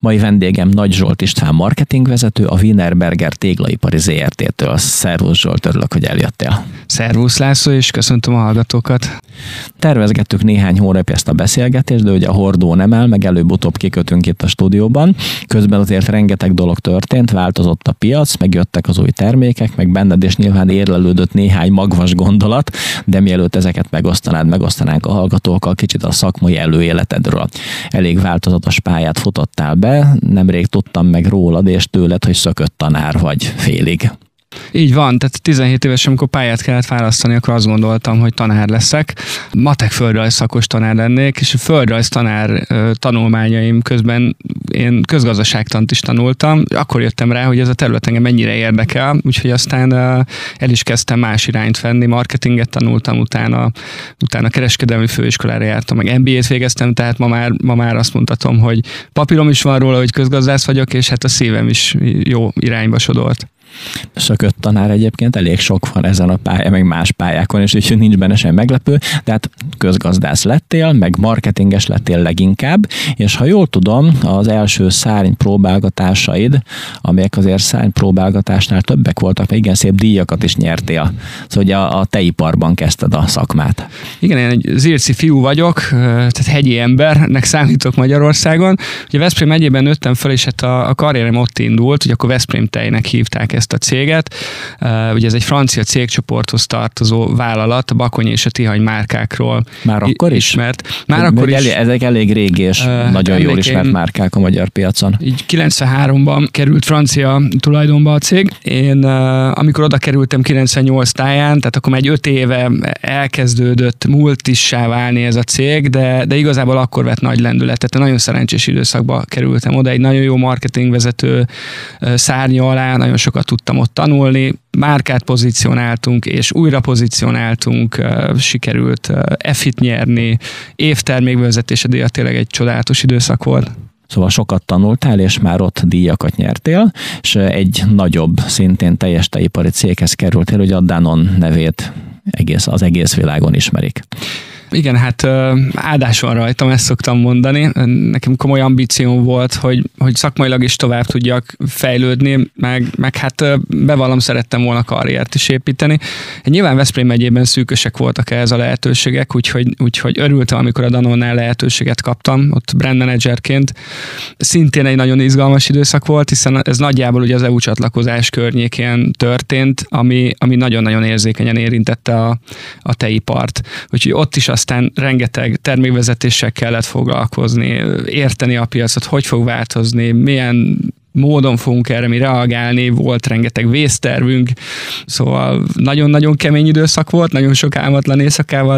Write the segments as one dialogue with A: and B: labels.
A: Mai vendégem Nagy Zsolt István marketingvezető, a Wienerberger Téglaipari ZRT-től. Szervusz Zsolt, örülök, hogy eljöttél.
B: Szervusz László, és köszöntöm a hallgatókat.
A: Tervezgettük néhány hónapja ezt a beszélgetést, de ugye a hordó nem áll, meg előbb-utóbb kikötünk itt a stúdióban. Közben azért rengeteg dolog történt, változott a piac, megjöttek az új termékek, meg benned és nyilván érlelődött néhány magvas gondolat, de mielőtt ezeket megosztanánk a hallgatókkal kicsit a szakmai előéletedről. Elég változatos pályát futottál be, nemrég tudtam meg rólad és tőled, hogy szökött tanár vagy félig.
B: Így van, tehát 17 évesen, amikor pályát kellett választani, akkor azt gondoltam, hogy tanár leszek. Matek földrajz szakos tanár lennék, és a földrajz tanár tanulmányaim közben én közgazdaságtant is tanultam. Akkor jöttem rá, hogy ez a terület engem mennyire érdekel, úgyhogy aztán el is kezdtem más irányt venni, marketinget tanultam, utána kereskedelmi főiskolára jártam, meg MBA-t végeztem, tehát ma már azt mondhatom, hogy papírom is van róla, hogy közgazdász vagyok, és hát a szívem is jó irányba sodolt.
A: Szökött tanár egyébként elég sok van ezen a pályán, meg más pályákon, és úgyhogy nincs benne sem meglepő, de hát közgazdász lettél, meg marketinges lettél leginkább, és ha jól tudom, az első szárnypróbálgatásaid, amelyek azért szárnypróbálgatásnál többek voltak, meg igen szép díjakat is nyertél. Szóval ugye a tejiparban kezdted a szakmát.
B: Igen, én egy zirci fiú vagyok, tehát hegyi embernek számítok Magyarországon. Ugye Veszprém megyében nőttem föl, és hát a karrierem ott indult, ugye akkor Veszprém Tejnek hívták ezt a céget. Ugye ez egy francia cégcsoporthoz tartozó vállalat, a Bakony és a Tihany márkákról
A: már akkor
B: ismert. Már akkor is.
A: Ezek elég régi és nagyon jól ismert márkák a magyar piacon.
B: Így 93-ban került francia tulajdonba a cég. Én amikor oda kerültem 98 táján, tehát akkor már egy 5 éve elkezdődött multissá válni ez a cég, de igazából akkor vett nagy lendületet. Nagyon szerencsés időszakba kerültem oda, egy nagyon jó marketingvezető szárnya alá, nagyon sokat tudtam ott tanulni, márkát pozícionáltunk, és újra pozícionáltunk, sikerült EFIT nyerni, évtermékvezetési díjat, tényleg egy csodálatos időszak volt.
A: Szóval sokat tanultál, és már ott díjakat nyertél, és egy nagyobb, szintén teljes tejipari céghez kerültél, hogy a Danone nevét az egész világon ismerik.
B: Igen, hát áldás van rajtam, ezt szoktam mondani. Nekem komoly ambícióm volt, hogy szakmailag is tovább tudjak fejlődni, meg hát bevallom, szerettem volna karriert is építeni. Nyilván Veszprém megyében szűkösek voltak ehhez a lehetőségek, úgyhogy örültem, amikor a Danone-nál lehetőséget kaptam, ott brand managerként. Szintén egy nagyon izgalmas időszak volt, hiszen ez nagyjából ugye az EU csatlakozás környékén történt, ami nagyon-nagyon érzékenyen érintette a tejipart. Úgyhogy ott is aztán rengeteg termékvezetéssel kellett foglalkozni, érteni a piacot, hogy fog változni, milyen módon fogunk erre mi reagálni, volt rengeteg vésztervünk, szóval nagyon-nagyon kemény időszak volt, nagyon sok álmatlan éjszakával,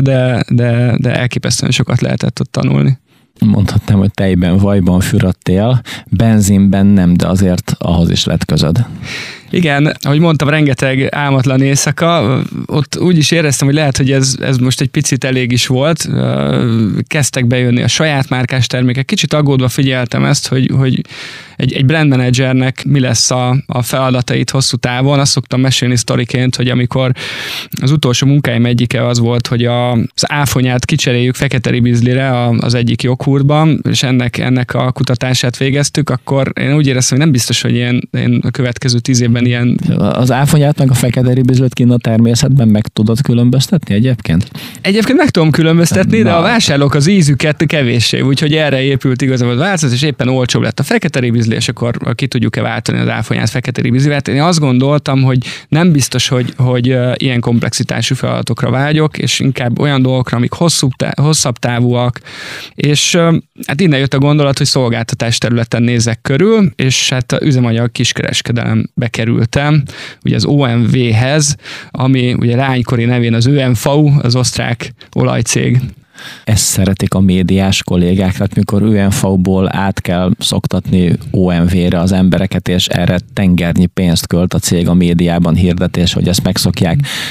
B: de elképesztően sokat lehetett ott tanulni.
A: Mondhatnám, hogy tejben, vajban fürödtél, benzinben nem, de azért ahhoz is lett közöd.
B: Igen, ahogy mondtam, rengeteg álmatlan éjszaka. Ott úgy is éreztem, hogy lehet, hogy ez most egy picit elég is volt. Kezdtek bejönni a saját márkás termékek. Kicsit aggódva figyeltem ezt, hogy egy brand managernek mi lesz a feladatait hosszú távon. Azt szoktam mesélni sztoriként, hogy amikor az utolsó munkáim egyike az volt, hogy az áfonyát kicseréljük fekete ribizlire az egyik joghurtban, és ennek a kutatását végeztük, akkor én úgy éreztem, hogy nem biztos, hogy én a következő 10 évben ilyen...
A: Az áfonyát meg a fekete ribizlőt kint a természetben meg tudod különböztetni egyébként?
B: Egyébként meg tudom különböztetni, de a vásárlók az ízüket kevéssé, úgyhogy erre épült igazából a változat, és éppen olcsóbb lett a fekete ribizli, és akkor ki tudjuk-e váltani az áfonyát fekete ribizlivel. Én azt gondoltam, hogy nem biztos, hogy ilyen komplexitású feladatokra vágyok, és inkább olyan dolgokra, amik hosszabb távúak, és hát innen jött a gondolat, hogy szolgáltatás területen nézek körül, és hát a üzemanyag kiskereskedelembe kerültem, ugye az OMV-hez, ami ugye lánykori nevén az ÖMV, az osztrák olajcég.
A: Ezt szeretik a médiás kollégák, tehát mikor ÖMV-ból át kell szoktatni OMV-re az embereket, és erre tengernyi pénzt költ a cég a médiában hirdetés, hogy ezt megszokják.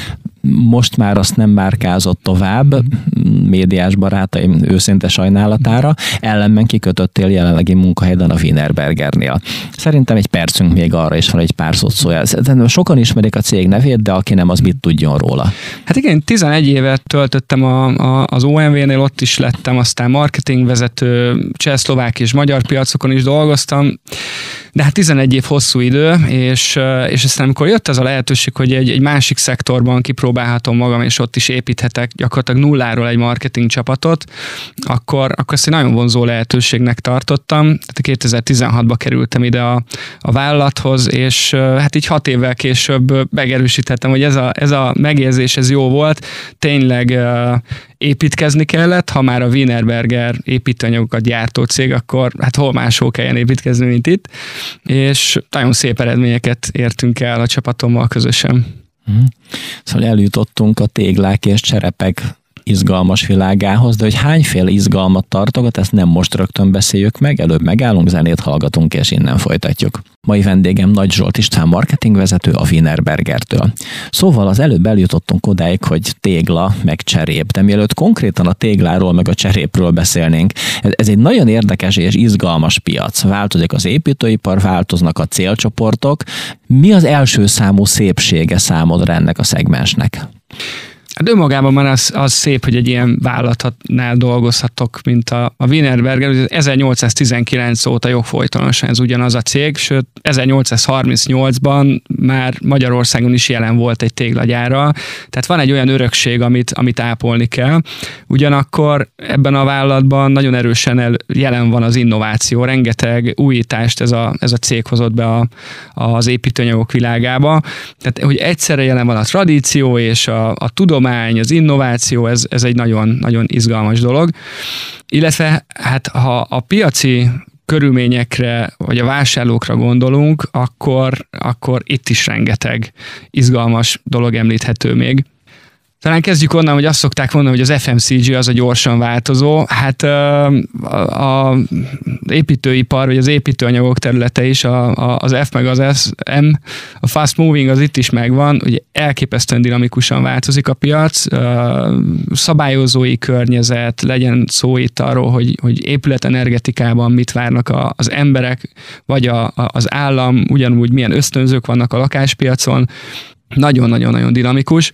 A: most már azt nem márkázott tovább, médiás barátaim őszinte sajnálatára, ellenben kikötöttél jelenlegi munkahelyeden a Wienerbergernél. Szerintem egy percünk még arra is van, egy pár szót szólja. Sokan ismerik a cég nevét, de aki nem, az mit tudjon róla?
B: Hát igen, 11 évet töltöttem az OMV-nél, ott is lettem, aztán marketingvezető, cseh, szlovák és magyar piacokon is dolgoztam, de hát 11 év hosszú idő, és aztán amikor jött ez a lehetőség, hogy egy másik szektorban kipróbálhatom magam, és ott is építhetek gyakorlatilag nulláról egy marketing csapatot, akkor ezt egy nagyon vonzó lehetőségnek tartottam. Tehát 2016-ban kerültem ide a vállalathoz, és hát így 6 évvel később megerősítettem, hogy ez a megérzés, ez jó volt. Tényleg építkezni kellett, ha már a Wienerberger építőanyagokat gyártó cég, akkor hát hol máshol kelljen építkezni, mint itt, és nagyon szép eredményeket értünk el a csapatommal közösen.
A: Szóval eljutottunk a téglák és cserepek izgalmas világához, de hogy hányféle izgalmat tartogat, ezt nem most rögtön beszéljük meg, előbb megállunk, zenét hallgatunk, és innen folytatjuk. Mai vendégem Nagy Zsolt István marketingvezető a Wienerbergertől. Szóval az előbb eljutottunk odáig, hogy tégla meg cserép, de mielőtt konkrétan a tégláról meg a cserépről beszélnénk, ez egy nagyon érdekes és izgalmas piac. Változik az építőipar, változnak a célcsoportok. Mi az első számú szépsége számodra ennek a szegmensnek?
B: Hát önmagában már az szép, hogy egy ilyen vállalatnál dolgozhatok, mint a Wienerberger. 1819 óta jogfolytonosan ez ugyanaz a cég, sőt 1838-ban már Magyarországon is jelen volt egy téglagyára, tehát van egy olyan örökség, amit ápolni kell. Ugyanakkor ebben a vállalatban nagyon erősen jelen van az innováció, rengeteg újítást ez a cég hozott be az építőanyagok világába. Tehát, hogy egyszerre jelen van a tradíció és a tudomány, az innováció, ez egy nagyon, nagyon izgalmas dolog. Illetve hát ha a piaci körülményekre, vagy a vásárlókra gondolunk, akkor itt is rengeteg izgalmas dolog említhető még. Talán kezdjük onnan, hogy azt szokták mondani, hogy az FMCG az a gyorsan változó. Hát az építőipar, vagy az építőanyagok területe is, az F meg az M, a fast moving az itt is megvan, ugye elképesztően dinamikusan változik a piac, szabályozói környezet, legyen szó itt arról, hogy épületenergetikában mit várnak az emberek, vagy az állam, ugyanúgy milyen ösztönzők vannak a lakáspiacon, nagyon-nagyon-nagyon dinamikus,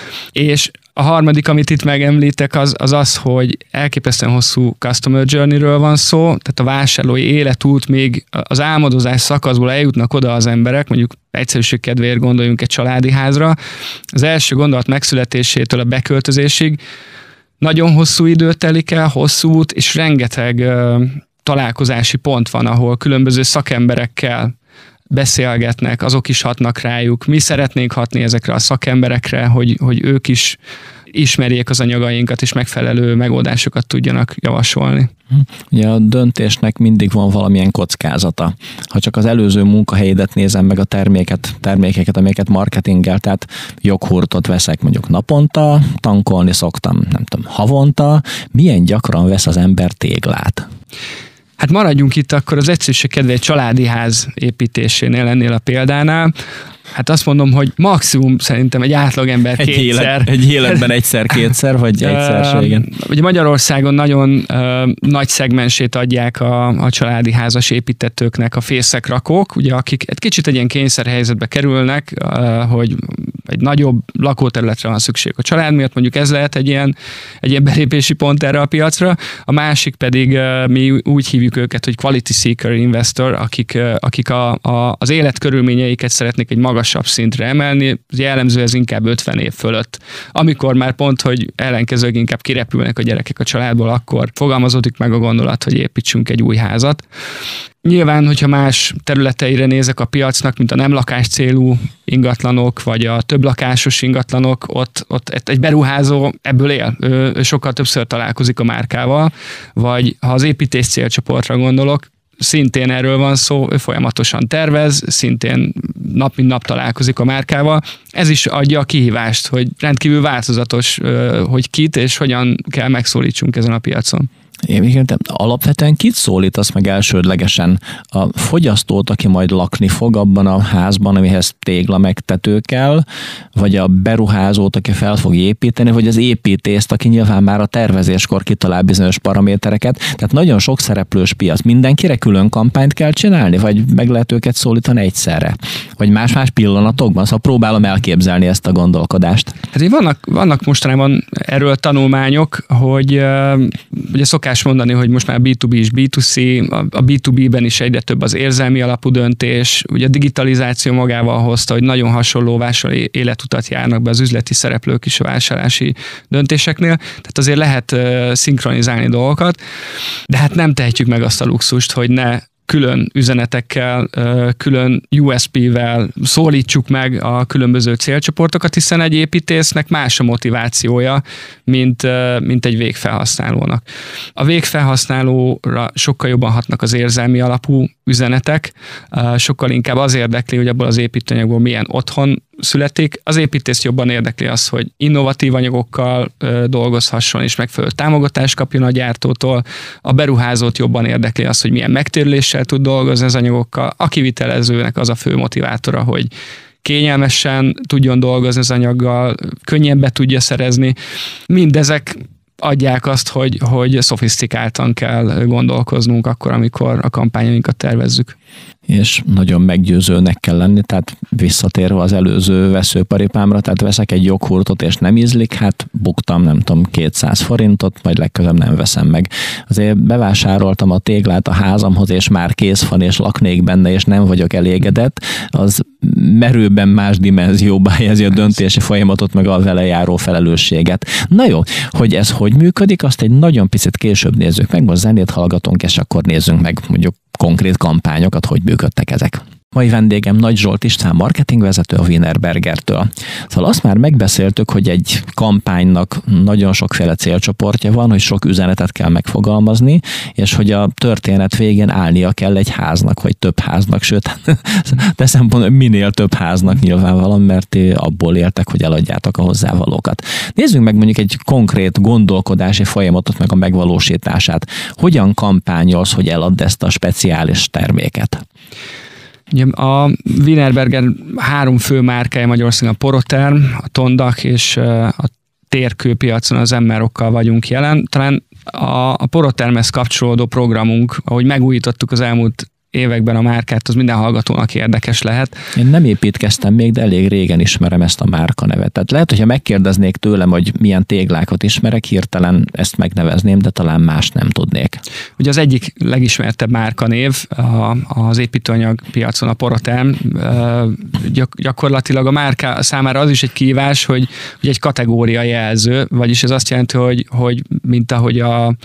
B: és a harmadik, amit itt megemlítek, az, hogy elképesztően hosszú customer journey-ről van szó, tehát a vásárlói életút, még az álmodozás szakaszból eljutnak oda az emberek, mondjuk egyszerűség kedvéért gondoljunk egy családi házra, az első gondolat megszületésétől a beköltözésig nagyon hosszú idő telik el, hosszú út, és rengeteg találkozási pont van, ahol különböző szakemberekkel beszélgetnek, azok is hatnak rájuk. Mi szeretnénk hatni ezekre a szakemberekre, hogy ők is ismerjék az anyagainkat, és megfelelő megoldásokat tudjanak javasolni.
A: Ugye a döntésnek mindig van valamilyen kockázata. Ha csak az előző munkahelyedet nézem meg a termékeket, amiket marketingel, tehát joghurtot veszek mondjuk naponta, tankolni szoktam, nem tudom, havonta. Milyen gyakran vesz az ember téglát?
B: Hát maradjunk itt akkor az egyszerűség kedvéért egy családi ház építésénél, ennél a példánál. Hát azt mondom, hogy maximum szerintem egy átlagember kétszer.
A: Egy életben egyszer-kétszer, vagy egyszerségen.
B: Ugye Magyarországon nagyon nagy szegmensét adják a családi házas építetőknek a fészekrakók, ugye, akik egy kicsit egy ilyen kényszerhelyzetbe kerülnek, hogy egy nagyobb lakóterületre van szükség a család miatt, mondjuk ez lehet egy ilyen belépési pont erre a piacra. A másik pedig mi úgy hívjuk őket, hogy quality seeker investor, akik az életkörülményeiket szeretnék egy magasabb szintre emelni, jellemző ez inkább 50 év fölött. Amikor már pont, hogy ellenkezőleg inkább kirepülnek a gyerekek a családból, akkor fogalmazódik meg a gondolat, hogy építsünk egy új házat. Nyilván, hogyha más területeire nézek a piacnak, mint a nem lakás célú ingatlanok, vagy a több lakásos ingatlanok, ott egy beruházó ebből él. Ő sokkal többször találkozik a márkával, vagy ha az építés célcsoportra gondolok, szintén erről van szó, ő folyamatosan tervez, szintén nap mint nap találkozik a márkával. Ez is adja a kihívást, hogy rendkívül változatos, hogy kit és hogyan kell megszólítsunk ezen a piacon.
A: Alapvetően kit szólítasz meg elsődlegesen? A fogyasztót, aki majd lakni fog abban a házban, amihez tégla megtető kell, vagy a beruházót, aki fel fog építeni, vagy az építészt, aki nyilván már a tervezéskor kitalál bizonyos paramétereket. Tehát nagyon sok szereplős piac. Mindenkire külön kampányt kell csinálni, vagy meg lehet őket szólítani egyszerre? Vagy más-más pillanatokban? Szóval próbálom elképzelni ezt a gondolkodást.
B: Hát vannak mostanában erről tanulmányok, hogy ugye szokás mondani, hogy most már B2B és B2C, a B2B-ben is egyre több az érzelmi alapú döntés, ugye a digitalizáció magával hozta, hogy nagyon hasonló vásárlói életutat járnak be az üzleti szereplők is a vásárlási döntéseknél, tehát azért lehet szinkronizálni dolgokat, de hát nem tehetjük meg azt a luxust, hogy ne külön üzenetekkel, külön USP-vel szólítsuk meg a különböző célcsoportokat, hiszen egy építésznek más a motivációja, mint egy végfelhasználónak. A végfelhasználóra sokkal jobban hatnak az érzelmi alapú üzenetek, sokkal inkább az érdekli, hogy abból az építőanyagból milyen otthon születik. Az építész jobban érdekli az, hogy innovatív anyagokkal dolgozhasson és megfelelő támogatást kapjon a gyártótól. A beruházót jobban érdekli az, hogy milyen megtérüléssel tud dolgozni az anyagokkal. A kivitelezőnek az a fő motivátora, hogy kényelmesen tudjon dolgozni az anyaggal, könnyen be tudja szerezni. Mindezek adják azt, hogy szofisztikáltan kell gondolkoznunk akkor, amikor a kampányainkat tervezzük.
A: És nagyon meggyőzőnek kell lenni, tehát visszatérve az előző veszőparipámra, tehát veszek egy joghurtot és nem ízlik, hát buktam, nem tudom, 200 forintot, majd legközelebb nem veszem meg. Azért bevásároltam a téglát a házamhoz, és már kész van, és laknék benne, és nem vagyok elégedett, az merőben más dimenzióba helyezi a döntési folyamatot, meg a vele járó felelősséget. Na jó, hogy ez hogy működik, azt egy nagyon picit később nézzük meg, most zenét hallgatunk, és akkor nézzünk meg mondjuk konkrét kampányokat, hogy működtek ezek. Mai vendégem Nagy Zsolt István marketingvezető a Wienerbergertől. Szóval azt már megbeszéltük, hogy egy kampánynak nagyon sokféle célcsoportja van, hogy sok üzenetet kell megfogalmazni, és hogy a történet végén állnia kell egy háznak, vagy több háznak, sőt, de szempontból minél több háznak nyilvánvalóan, mert abból éltek, hogy eladjátok a hozzávalókat. Nézzünk meg mondjuk egy konkrét gondolkodási folyamatot, meg a megvalósítását. Hogyan kampányolsz, hogy eladd ezt a speciális terméket?
B: Ugye a Wienerberger 3 fő márkája Magyarországon, a Poroterm, a Tondak és a térkőpiacon az MRO-kkal vagyunk jelen. Talán a Porotermhez kapcsolódó programunk, ahogy megújítottuk az elmúlt években a márkát, az minden hallgatónak érdekes lehet.
A: Én nem építkeztem még, de elég régen ismerem ezt a márkanevet. Tehát lehet, hogyha megkérdeznék tőlem, hogy milyen téglákat ismerek, hirtelen ezt megnevezném, de talán más nem tudnék.
B: Ugye az egyik legismertebb márkanév az építőanyag piacon a Poroterm. Gyakorlatilag a márka számára az is egy kihívás, hogy egy kategória jelző, vagyis ez azt jelenti, hogy mint ahogy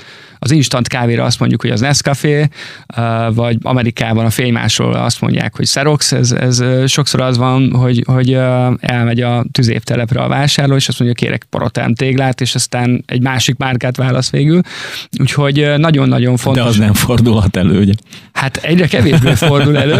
B: az instant kávéra azt mondjuk, hogy az Nescafé, vagy Amerikában a fénymásról azt mondják, hogy Xerox, ez sokszor az van, hogy elmegy a tüzértelepre a vásárló, és azt mondja, kérek Poroterm téglát, és aztán egy másik márkát válasz végül. Úgyhogy nagyon-nagyon fontos.
A: De az nem fordulhat elő, ugye?
B: Hát egyre kevésbé fordul elő.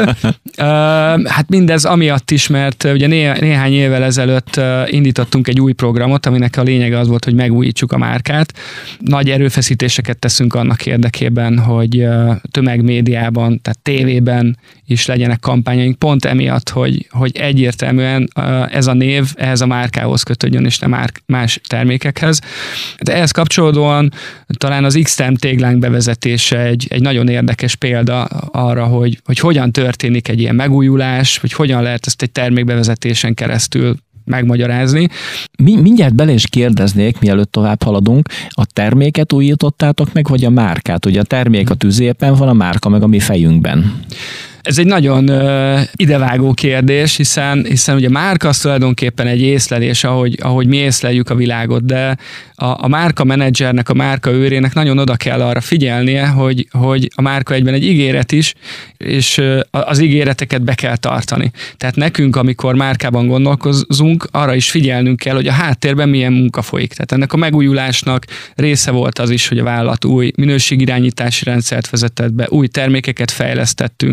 B: Hát mindez amiatt is, mert ugye néhány évvel ezelőtt indítottunk egy új programot, aminek a lényege az volt, hogy megújítsuk a márkát. Nagy erőfeszítéseket teszünk annak érdekében, hogy tömegmédiában, tehát tévében is legyenek kampányaink, pont emiatt, hogy egyértelműen ez a név ehhez a márkához kötődjön, és nem más termékekhez. De ehhez kapcsolódóan talán az X-Term téglánk bevezetése egy nagyon érdekes példa arra, hogy hogyan történik egy ilyen megújulás, hogy hogyan lehet ezt egy termékbevezetésen keresztül megmagyarázni.
A: Mindjárt bele is kérdeznék, mielőtt tovább haladunk, a terméket újítottátok meg, vagy a márkát? Ugye a termék a tüzépen van, a márka meg a mi fejünkben.
B: Ez egy nagyon idevágó kérdés, hiszen ugye a márka az tulajdonképpen egy észlelés, ahogy mi észleljük a világot, de a márka menedzsernek, a márka őrének nagyon oda kell arra figyelnie, hogy a márka egyben egy ígéret is, és az ígéreteket be kell tartani. Tehát nekünk, amikor márkában gondolkozunk, arra is figyelnünk kell, hogy a háttérben milyen munka folyik. Tehát ennek a megújulásnak része volt az is, hogy a vállalat új minőségirányítási rendszert vezetett be, új termékeket fejlesztettünk,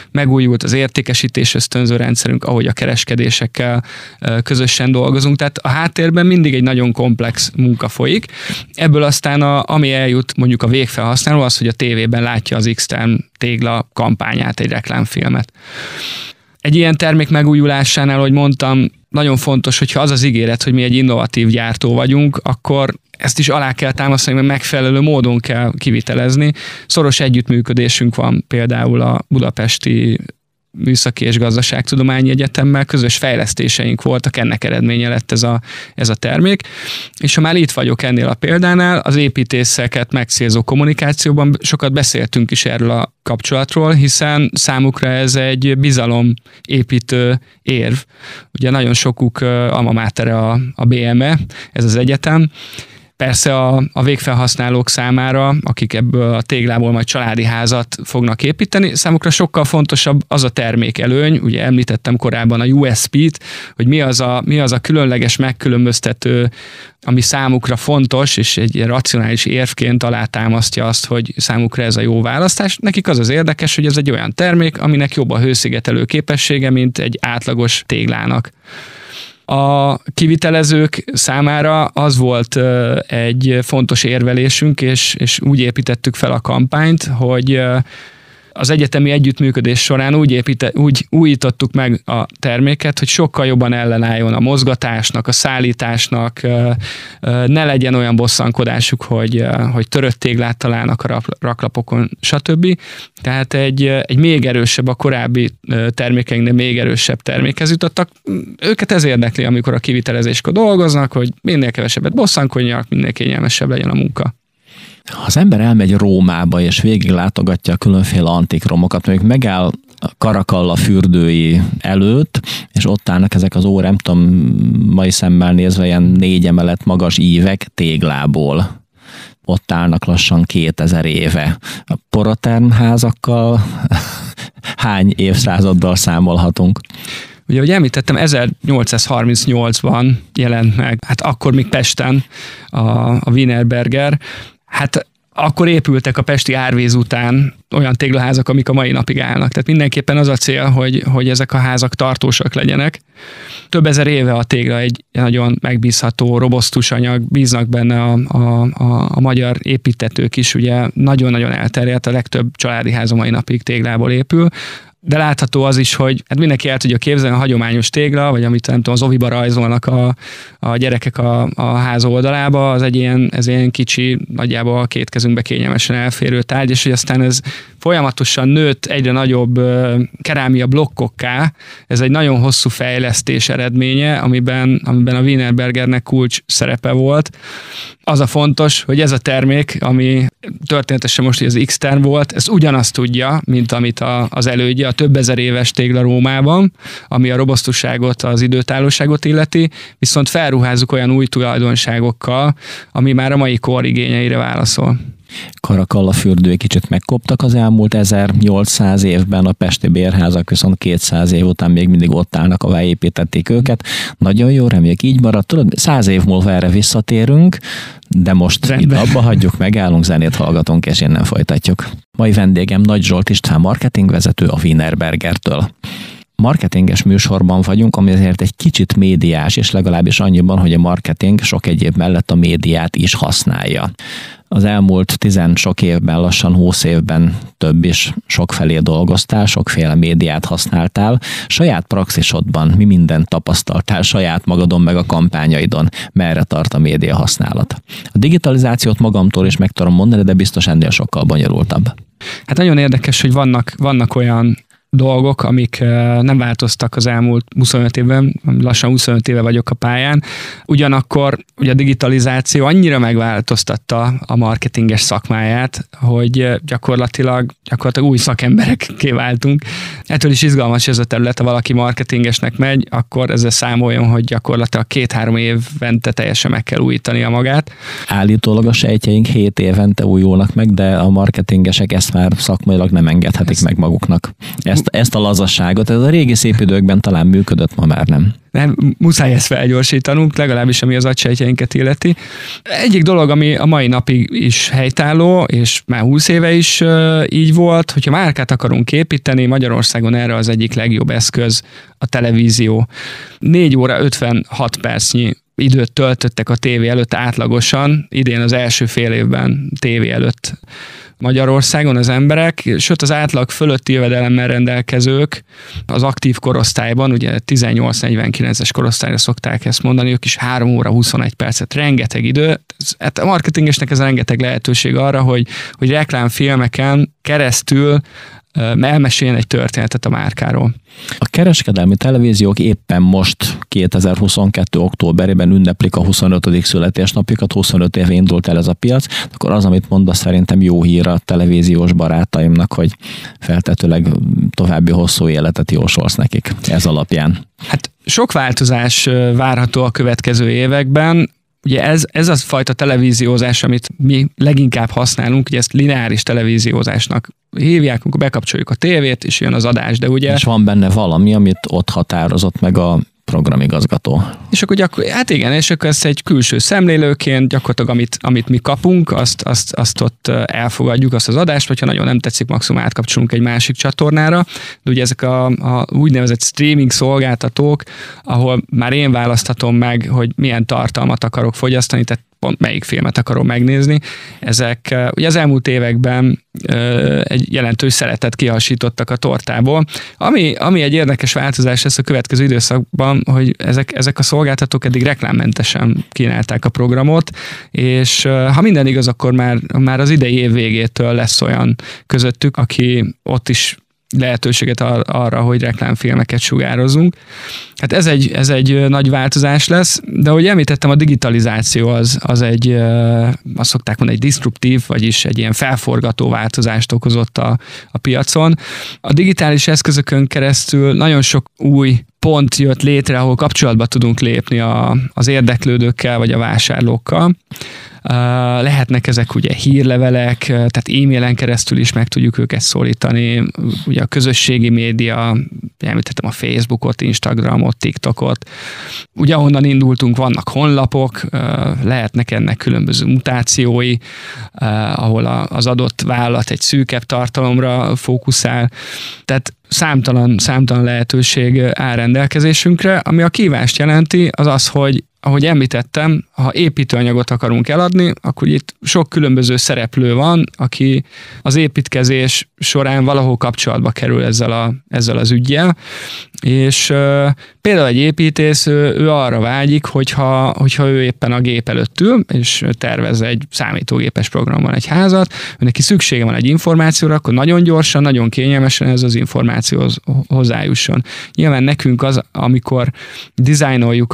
B: megújult az értékesítés ösztönző rendszerünk, ahogy a kereskedésekkel közösen dolgozunk. Tehát a háttérben mindig egy nagyon komplex munka folyik. Ebből aztán ami eljut mondjuk a végfelhasználó, az, hogy a tévében látja az X-Term tégla kampányát, egy reklámfilmet. Egy ilyen termék megújulásánál, ahogy mondtam, nagyon fontos, hogyha az az ígéret, hogy mi egy innovatív gyártó vagyunk, akkor ezt is alá kell támasztani, mert megfelelő módon kell kivitelezni. Szoros együttműködésünk van például a Budapesti Műszaki és Gazdaságtudományi Egyetemmel, közös fejlesztéseink voltak, ennek eredménye lett ez a termék. És ha már itt vagyok ennél a példánál, az építészeket megcélzó kommunikációban sokat beszéltünk is erről a kapcsolatról, hiszen számukra ez egy bizalomépítő érv. Ugye nagyon sokuk alma matere a BME, ez az egyetem. Persze a végfelhasználók számára, akik ebből a téglából majd családi házat fognak építeni, számukra sokkal fontosabb az a termékelőny, ugye említettem korábban a USP-t, hogy mi az a különleges megkülönböztető, ami számukra fontos, és egy racionális érvként alátámasztja azt, hogy számukra ez a jó választás. Nekik az érdekes, hogy ez egy olyan termék, aminek jobb a hőszigetelő képessége, mint egy átlagos téglának. A kivitelezők számára az volt egy fontos érvelésünk, és úgy építettük fel a kampányt, hogy az egyetemi együttműködés során úgy újítottuk meg a terméket, hogy sokkal jobban ellenálljon a mozgatásnak, a szállításnak, ne legyen olyan bosszankodásuk, hogy törött téglát találnak a raklapokon, stb. Tehát egy még erősebb, a korábbi termékeinknél még erősebb termékhez jutottak. Őket ez érdekli, amikor a kivitelezéskor dolgoznak, hogy minél kevesebbet bosszankodjanak, minél kényelmesebb legyen a munka.
A: Ha az ember elmegy Rómába, és végig látogatja a különféle antik romokat, mondjuk megáll Caracalla fürdői előtt, és ott állnak ezek az nem tudom, mai szemmel nézve ilyen 4 emelet magas ívek téglából. Ott állnak lassan 2000 éve. A Poroterm házakkal hány évszázaddal számolhatunk?
B: Ugye, ahogy említettem, 1838-ban jelent meg, hát akkor még Pesten a Wienerberger. Hát akkor épültek a pesti árvíz után olyan téglaházak, amik a mai napig állnak. Tehát mindenképpen az a cél, hogy ezek a házak tartósak legyenek. Több ezer éve a tégla egy nagyon megbízható, robosztus anyag, bíznak benne a magyar építtetők is, ugye nagyon-nagyon elterjedt, a legtöbb családi ház a mai napig téglából épül. De látható az is, hogy hát mindenki el tudja képzelni a hagyományos tégla, vagy amit nem tudom, az oviba rajzolnak a gyerekek a ház oldalába, az egy ilyen kicsi, nagyjából a két kezünkbe kényelmesen elférő tárgy, és hogy aztán ez folyamatosan nőtt egyre nagyobb kerámia blokkokká. Ez egy nagyon hosszú fejlesztés eredménye, amiben a Wienerbergernek kulcs szerepe volt. Az a fontos, hogy ez a termék, ami történetesen most az X-Term volt, ez ugyanazt tudja, mint amit az elődje, a több ezer éves tégla Rómában, ami a robosztusságot, az időtállóságot illeti, viszont felruházzuk olyan új tulajdonságokkal, ami már a mai kor igényeire válaszol.
A: Caracalla fürdők kicsit megkoptak az elmúlt 1800 évben, a pesti bérházak viszont 200 év után még mindig ott állnak, ahová építették őket. Nagyon jó, reméljük így marad. Tudod, 100 év múlva erre visszatérünk, de most itt abba hagyjuk, megállunk, zenét hallgatunk, és innen folytatjuk. Mai vendégem Nagy Zsolt István marketingvezető a Wienerbergertől. Marketinges műsorban vagyunk, ami azért egy kicsit médiás, és legalábbis annyiban, hogy a marketing sok egyéb mellett a médiát is használja. Az elmúlt 10 sok évben, lassan 20 évben több is sokfelé dolgoztál, sokféle médiát használtál. Saját praxisodban mi mindent tapasztaltál saját magadon meg a kampányaidon? Merre tart a média használat? A digitalizációt magamtól is meg tudom mondani, de biztos ennél sokkal bonyolultabb.
B: Hát nagyon érdekes, hogy vannak olyan dolgok, amik nem változtak az elmúlt 25 évben, lassan 25 éve vagyok a pályán. Ugyanakkor ugye a digitalizáció annyira megváltoztatta a marketinges szakmáját, hogy gyakorlatilag új szakemberekké váltunk. Ettől is izgalmas ez a terület, ha valaki marketingesnek megy, akkor ezzel számoljon, hogy gyakorlatilag 2-3 évente teljesen meg kell újítania magát.
A: Állítólag a sejtjeink 7 évente újulnak meg, de a marketingesek ezt már szakmailag nem engedhetik meg maguknak. Ezt a lazasságot, ez a régi szép időkben talán működött, ma már nem.
B: Nem, muszáj ezt felgyorsítanunk, legalábbis ami az agysejtjeinket illeti. Egyik dolog, ami a mai napig is helytálló, és már 20 éve is így volt, hogyha márkát akarunk építeni, Magyarországon erre az egyik legjobb eszköz a televízió. 4 óra 56 percnyi időt töltöttek a tévé előtt átlagosan, idén az első fél évben tévé előtt Magyarországon az emberek, sőt az átlag fölötti jövedelemmel rendelkezők az aktív korosztályban, ugye 18-49-es korosztályra szokták ezt mondani, ők is 3 óra 21 percet, rengeteg idő. Hát a marketingesnek ez rengeteg lehetőség arra, hogy reklámfilmeken keresztül elmeséljen egy történetet a márkáról.
A: A kereskedelmi televíziók éppen most 2022. októberében ünneplik a 25. születésnapjukat, 25 éve indult el ez a piac, akkor az, amit mondasz, szerintem jó hír a televíziós barátaimnak, hogy feltetőleg további hosszú életet jósolsz nekik ez alapján.
B: Hát sok változás várható a következő években. Ugye ez az fajta televíziózás, amit mi leginkább használunk, ugye ezt lineáris televíziózásnak hívják, amikor bekapcsoljuk a tévét, és jön az adás, de ugye...
A: És van benne valami, amit ott határozott meg a programigazgató.
B: És akkor hát igen, és akkor ezt egy külső szemlélőként gyakorlatilag, amit mi kapunk, azt ott elfogadjuk, azt az adást, vagy ha nagyon nem tetszik, maximum átkapcsolunk egy másik csatornára, de ugye ezek a úgynevezett streaming szolgáltatók, ahol már én választhatom meg, hogy milyen tartalmat akarok fogyasztani, tehát pont melyik filmet akarom megnézni. Ezek ugye az elmúlt években egy jelentős szeletet kihasítottak a tortából. Ami egy érdekes változás lesz a következő időszakban, hogy ezek a szolgáltatók eddig reklámmentesen kínálták a programot, és ha minden igaz, akkor már az idei év végétől lesz olyan közöttük, aki ott is lehetőséget arra, hogy reklámfilmeket sugározunk. Hát ez egy nagy változás lesz, de ahogy említettem, a digitalizáció az egy, azt szokták mondani, egy disruptív, vagyis egy ilyen felforgató változást okozott a piacon. A digitális eszközökön keresztül nagyon sok új pont jött létre, ahol kapcsolatba tudunk lépni az érdeklődőkkel, vagy a vásárlókkal. Lehetnek ezek ugye hírlevelek, tehát e-mailen keresztül is meg tudjuk őket szólítani, ugye a közösségi média, említettem a Facebookot, Instagramot, TikTokot. Ugye ahonnan indultunk, vannak honlapok, lehetnek ennek különböző mutációi, ahol az adott vállalat egy szűkebb tartalomra fókuszál. Tehát számtalan lehetőség áll rendelkezésünkre, ami a kívást jelenti, az az, hogy ahogy említettem, ha építőanyagot akarunk eladni, akkor itt sok különböző szereplő van, aki az építkezés során valahol kapcsolatba kerül ezzel az üggyel, és például egy építész, ő arra vágyik, hogyha ő éppen a gép előtt ül, és tervez egy számítógépes programban egy házat, neki szüksége van egy információra, akkor nagyon gyorsan, nagyon kényelmesen ez az információhoz hozzájusson. Nyilván nekünk az, amikor dizájnoljuk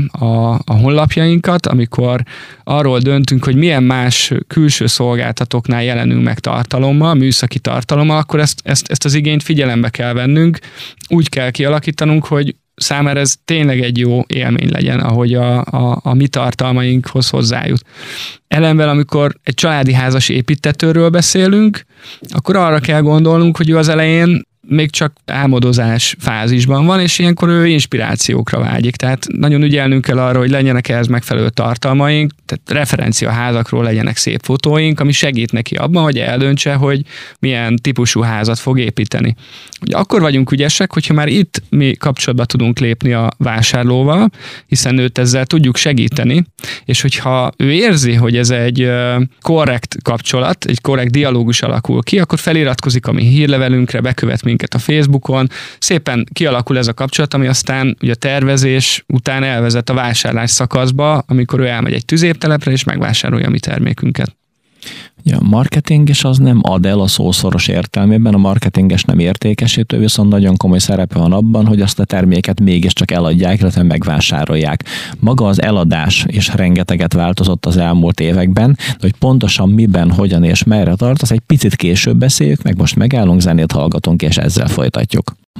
B: a honlapjainkat, amikor arról döntünk, hogy milyen más külső szolgáltatóknál jelenünk meg tartalommal, műszaki tartalommal, akkor ezt az igényt figyelembe kell vennünk, úgy kell kialakítanunk, hogy számára ez tényleg egy jó élmény legyen, ahogy a mi tartalmainkhoz hozzájut. Ellenben, amikor egy családi házas építtetőről beszélünk, akkor arra kell gondolnunk, hogy ő az elején még csak álmodozás fázisban van, és ilyenkor ő inspirációkra vágyik. Tehát nagyon ügyelnünk kell arra, hogy legyenek ehhez megfelelő tartalmaink, tehát referenciaházakról legyenek szép fotóink, ami segít neki abban, hogy eldöntse, hogy milyen típusú házat fog építeni. Ugye akkor vagyunk ügyesek, hogyha már itt mi kapcsolatba tudunk lépni a vásárlóval, hiszen őt ezzel tudjuk segíteni, és hogyha ő érzi, hogy ez egy korrekt kapcsolat, egy korrekt dialógus alakul ki, akkor feliratkozik a mi hírlevelünkre, bekövet minket a Facebookon, szépen kialakul ez a kapcsolat, ami aztán ugye a tervezés után elvezet a vásárlás szakaszba, amikor ő elmegy egy tüzértelepre és megvásárolja a mi termékünket.
A: Ja, a marketinges az nem ad el a szószoros értelmében, a marketinges nem értékesítő, viszont nagyon komoly szerepe van abban, hogy azt a terméket mégiscsak eladják, illetve megvásárolják. Maga az eladás is rengeteget változott az elmúlt években, de hogy pontosan miben, hogyan és merre tart, az egy picit később beszéljük, meg most megállunk, zenét hallgatunk, és ezzel folytatjuk.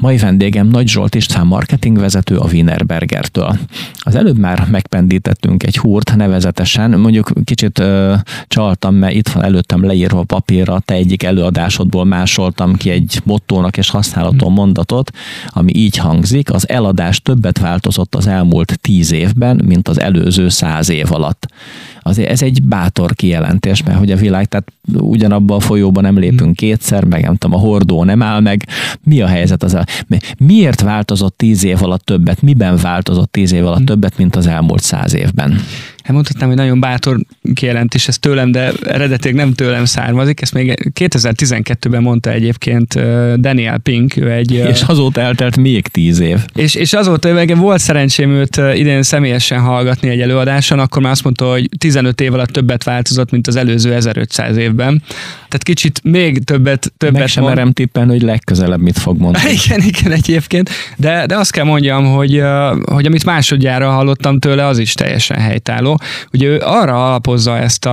A: Mai vendégem Nagy Zsolt István marketingvezető a Wienerbergertől. Az előbb már megpendítettünk egy húrt nevezetesen, mondjuk kicsit csaltam, mert itt van előttem leírva papírra, te egyik előadásodból másoltam ki egy mottónak és használható mondatot, ami így hangzik: az eladás többet változott az elmúlt 10 évben, mint az előző 100 év alatt. Azért ez egy bátor kijelentés, mert hogy a világ, tehát ugyanabban a folyóban nem lépünk kétszer, meg nem tudom, a hordó nem áll meg. Mi a helyzet az? Miért változott 10 év alatt többet? Miben változott 10 év alatt többet, mint az elmúlt 100 évben?
B: Hát mondhatnám, hogy nagyon bátor kijelentés ez tőlem, de eredetileg nem tőlem származik. Ezt még 2012-ben mondta egyébként Daniel Pink.
A: És azóta eltelt még 10 év.
B: És azóta volt szerencsém őt idén személyesen hallgatni egy előadáson, akkor már azt mondta, hogy 15 év alatt többet változott, mint az előző 1500 évben. Tehát kicsit még többet
A: Meg sem merem tippelni, hogy legközelebb mit fog mondani.
B: Igen, egyébként. De azt kell mondjam, hogy amit másodjára hallottam tőle, az is teljesen helytálló. Ugye ő arra alapozza ezt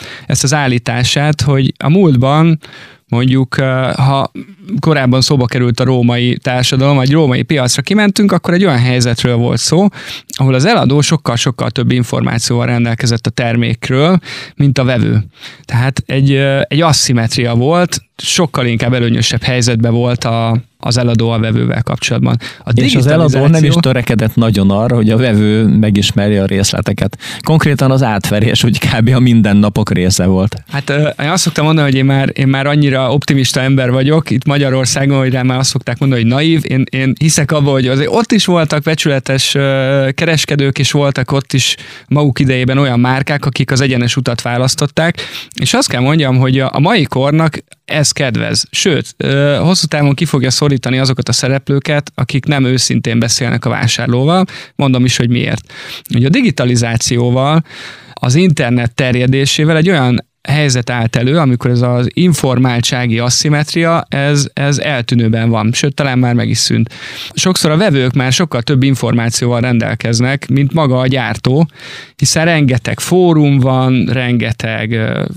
B: az állítását, hogy a múltban mondjuk, ha korábban szóba került a római társadalom, vagy római piacra kimentünk, akkor egy olyan helyzetről volt szó, ahol az eladó sokkal több információval rendelkezett a termékről, mint a vevő. Tehát egy asszimetria volt, sokkal inkább előnyösebb helyzetben volt az eladó a vevővel kapcsolatban.
A: És az eladó nem is törekedett nagyon arra, hogy a vevő megismerje a részleteket. Konkrétan az átverés, úgy kb. A mindennapok része volt.
B: Hát én azt szoktam mondani, hogy én már annyira optimista ember vagyok itt Magyarországon, hogy rá már azt szokták mondani, hogy naív. Én hiszek abban, hogy azért ott is voltak becsületes kereskedők, és voltak ott is maguk idejében olyan márkák, akik az egyenes utat választották, és azt kell mondjam, hogy a mai kornak ez kedvez. Sőt, hosszú távon ki fogja szorítani azokat a szereplőket, akik nem őszintén beszélnek a vásárlóval. Mondom is, hogy miért. Ugye a digitalizációval, az internet terjedésével egy olyan helyzet állt elő, amikor ez az informáltsági asszimetria, ez eltűnőben van, sőt, talán már meg is szűnt. Sokszor a vevők már sokkal több információval rendelkeznek, mint maga a gyártó, hiszen rengeteg fórum van, rengeteg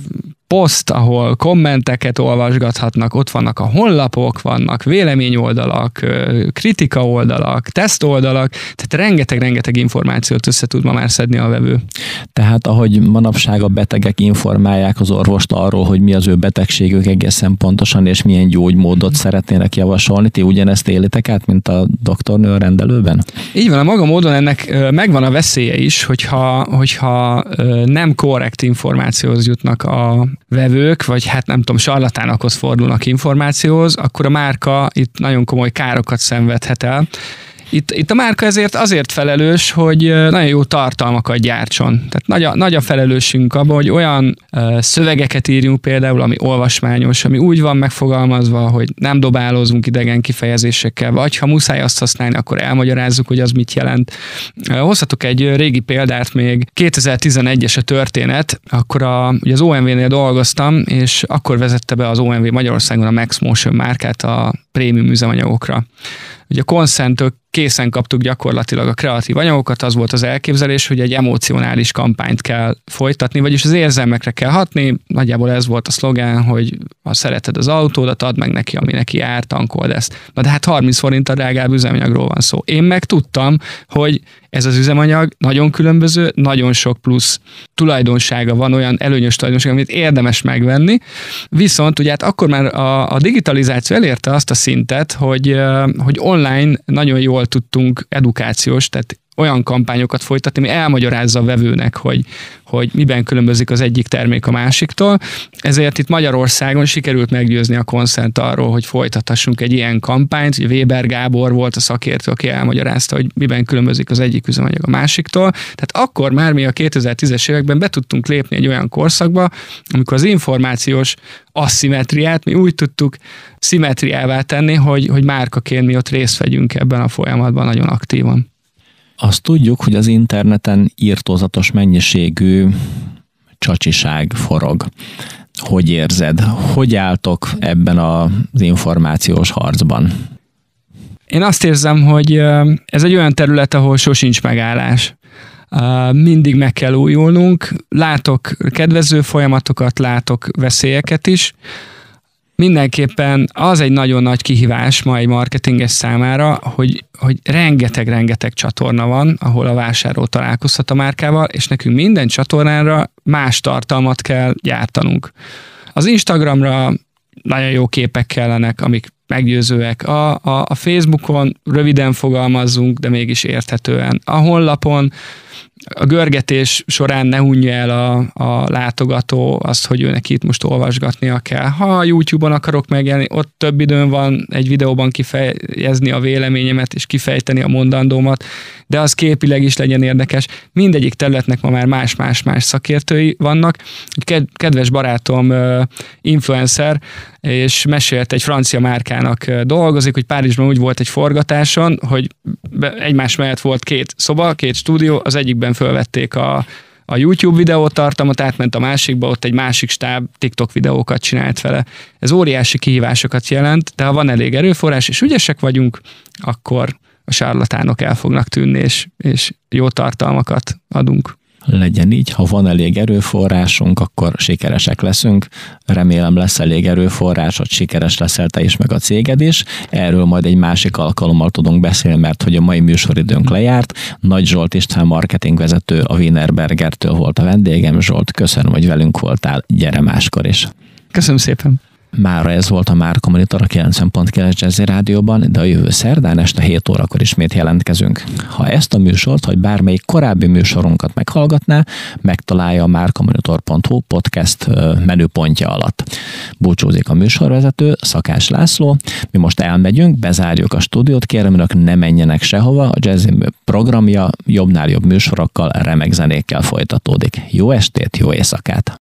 B: poszt, ahol kommenteket olvasgathatnak, ott vannak a honlapok, vannak véleményoldalak, kritika oldalak, tesztoldalak, tehát rengeteg információt össze tud ma már szedni a vevő.
A: Tehát ahogy manapság a betegek informálják az orvost arról, hogy mi az ő betegségük egészen pontosan, és milyen gyógymódot szeretnének javasolni, ti ugyanezt élitek át, mint a doktornő a rendelőben? Így
B: van, a maga módon ennek megvan a veszélye is, hogyha nem korrekt információhoz jutnak a vevők, vagy hát nem tudom, sarlatánokhoz fordulnak információhoz, akkor a márka itt nagyon komoly károkat szenvedhet el. Itt a márka azért felelős, hogy nagyon jó tartalmakat gyártson. Tehát nagy a felelősségünk abban, hogy olyan szövegeket írjunk például, ami olvasmányos, ami úgy van megfogalmazva, hogy nem dobálózunk idegen kifejezésekkel, vagy ha muszáj azt használni, akkor elmagyarázzuk, hogy az mit jelent. Hozhatok egy régi példát, még 2011-es a történet, akkor ugye az OMV-nél dolgoztam, és akkor vezette be az OMV Magyarországon a Max Motion márkát a prémium üzemanyagokra. Ugye a Consent-től készen kaptuk gyakorlatilag a kreatív anyagokat, az volt az elképzelés, hogy egy emocionális kampányt kell folytatni, vagyis az érzelmekre kell hatni, nagyjából ez volt a szlogán, hogy ha szereted az autódat, add meg neki, ami neki jár, tankold ezt. Na de hát 30 forint a drágább üzemanyagról van szó. Én meg tudtam, hogy ez az üzemanyag nagyon különböző, nagyon sok plusz tulajdonsága van, olyan előnyös tulajdonsága, amit érdemes megvenni, viszont ugye hát akkor már a digitalizáció elérte azt a szintet, hogy online nagyon jól tudtunk edukációs, tehát olyan kampányokat folytatni, ami elmagyarázza a vevőnek, hogy miben különbözik az egyik termék a másiktól. Ezért itt Magyarországon sikerült meggyőzni a Consent arról, hogy folytathassunk egy ilyen kampányt. Ugye Weber Gábor volt a szakértő, aki elmagyarázta, hogy miben különbözik az egyik üzemanyag a másiktól. Tehát akkor már mi a 2010-es években be tudtunk lépni egy olyan korszakba, amikor az információs asszimetriát mi úgy tudtuk szimmetriává tenni, hogy márkaként mi ott részt vegyünk ebben a folyamatban nagyon aktívan.
A: Azt tudjuk, hogy az interneten irtózatos mennyiségű csacsiság forog. Hogy érzed? Hogy álltok ebben az információs harcban?
B: Én azt érzem, hogy ez egy olyan terület, ahol sosincs megállás. Mindig meg kell újulnunk. Látok kedvező folyamatokat, látok veszélyeket is. Mindenképpen az egy nagyon nagy kihívás ma egy marketinges számára, hogy rengeteg csatorna van, ahol a vásárló találkozhat a márkával, és nekünk minden csatornára más tartalmat kell gyártanunk. Az Instagramra nagyon jó képek kellenek, amik meggyőzőek. A Facebookon röviden fogalmazzunk, de mégis érthetően. A honlapon a görgetés során ne unja el a látogató azt, hogy ő neki itt most olvasgatnia kell. Ha a YouTube-on akarok megjelenni, ott több időm van egy videóban kifejezni a véleményemet és kifejteni a mondandómat, de az képileg is legyen érdekes. Mindegyik területnek ma már más szakértői vannak. Kedves barátom influencer, és mesélt, egy francia márkának dolgozik, hogy Párizsban úgy volt egy forgatáson, hogy egymás mellett volt 2 szoba, 2 stúdió, az egyikben fölvették a YouTube videótartalmat, átment a másikba, ott egy másik stáb TikTok videókat csinált vele. Ez óriási kihívásokat jelent, de ha van elég erőforrás, és ügyesek vagyunk, akkor a sárlatánok el fognak tűnni, és jó tartalmakat adunk.
A: Legyen így, ha van elég erőforrásunk, akkor sikeresek leszünk. Remélem lesz elég erőforrás, hogy sikeres leszel te is, meg a céged is. Erről majd egy másik alkalommal tudunk beszélni, mert hogy a mai műsoridőnk lejárt. Nagy Zsolt István marketingvezető a Wienerbergertől volt a vendégem. Zsolt, köszönöm, hogy velünk voltál. Gyere máskor is.
B: Köszönöm szépen.
A: Mára ez volt a Márka Monitor a 90.9 Jazzy Rádióban, de a jövő szerdán este 7 órakor ismét jelentkezünk. Ha ezt a műsort, vagy bármelyik korábbi műsorunkat meghallgatná, megtalálja a márkamonitor.hu podcast menüpontja alatt. Búcsúzik a műsorvezető, Szakás László. Mi most elmegyünk, bezárjuk a stúdiót, kérem önök, ne menjenek sehova, a Jazzy programja jobbnál jobb műsorokkal, remek zenékkel folytatódik. Jó estét, jó éjszakát!